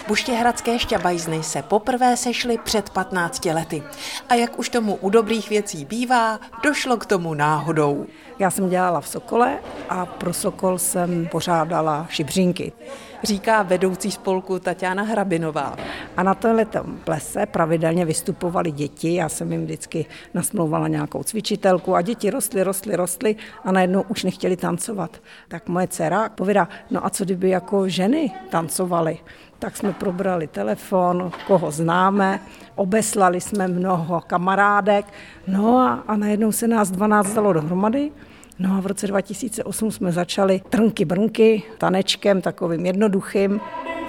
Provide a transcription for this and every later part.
Buštěhradské šťabajzny se poprvé sešly před 15 lety. A jak už tomu u dobrých věcí bývá, došlo k tomu náhodou. Já jsem dělala v Sokole a pro Sokol jsem pořádala šibřínky. Říká vedoucí spolku Taťána Hrabinová. A na tomhletom plese pravidelně vystupovaly děti. Já jsem jim vždycky nasmlouvala nějakou cvičitelku a děti rostly a najednou už nechtěli tancovat. Tak moje dcera povídá, no a co kdyby jako ženy tancovaly? Tak jsme probrali telefon, koho známe, obeslali jsme mnoho kamarádek, no a najednou se nás 12 dalo dohromady. No a v roce 2008 jsme začali trnky brnky, tanečkem takovým jednoduchým.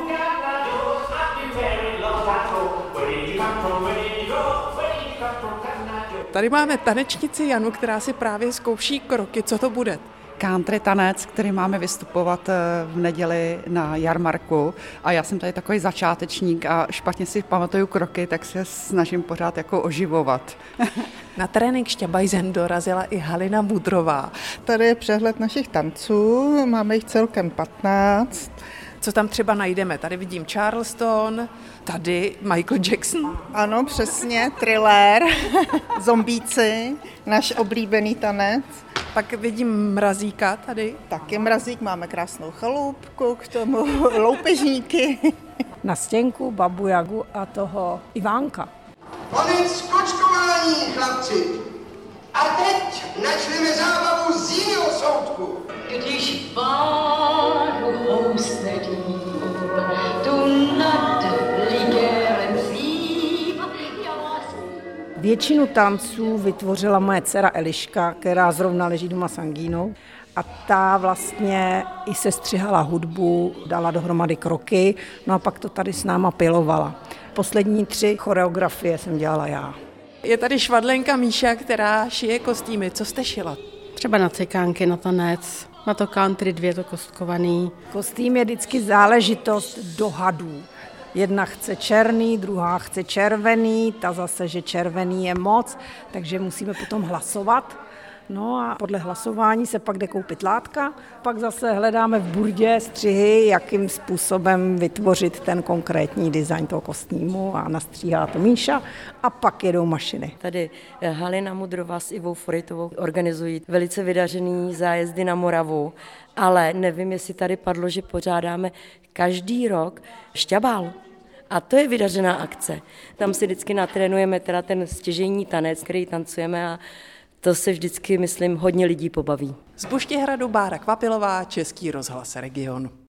Tady máme tanečnici Janu, která si právě zkouší kroky. Co to bude? Country tanec, který máme vystupovat v neděli na jarmarku a já jsem tady takový začátečník a špatně si pamatuju kroky, tak se snažím pořád jako oživovat. Na trénink šťabajzen dorazila i Halina Mudrová. Tady je přehled našich tanců, máme jich celkem 15. Co tam třeba najdeme? Tady vidím Charleston, tady Michael Jackson. Ano, přesně, Thriller, Zombíci, náš oblíbený tanec. Pak vidím Mrazíka tady. Taky Mrazík, máme krásnou chalupku, k tomu loupežníky. Na stěnku Babu Jagu a toho Ivánka. Konec kočkování, chlapci. A teď načneme zábavu z jiného soudku. Když váhu housne dýb, tu nad ligérem zlíb, já vás... Většinu tanců vytvořila moje dcera Eliška, která zrovna leží doma s angínou. A ta vlastně i sestřihala hudbu, dala dohromady kroky, no a pak to tady s náma pilovala. Poslední 3 choreografie jsem dělala já. Je tady švadlenka Míša, která šije kostýmy. Co jste šila? Třeba na cekánky, na tanec, na to country 2, to kostkovaný. Kostým je vždycky záležitost dohadů. Jedna chce černý, druhá chce červený, ta zase, že červený je moc, takže musíme potom hlasovat. No a podle hlasování se pak jde koupit látka, pak zase hledáme v burdě střihy, jakým způsobem vytvořit ten konkrétní design toho kostýmu a nastříhá to Míša a pak jedou mašiny. Tady Halina Mudrová s Ivou Foritovou organizují velice vydařený zájezdy na Moravu, ale nevím, jestli tady padlo, že pořádáme každý rok šťabal. A to je vydařená akce. Tam si vždycky natrénujeme teda ten stěžejní tanec, který tancujeme a to se vždycky, myslím, hodně lidí pobaví. Z Buštěhradu Bára Kvapilová, Český rozhlas Region.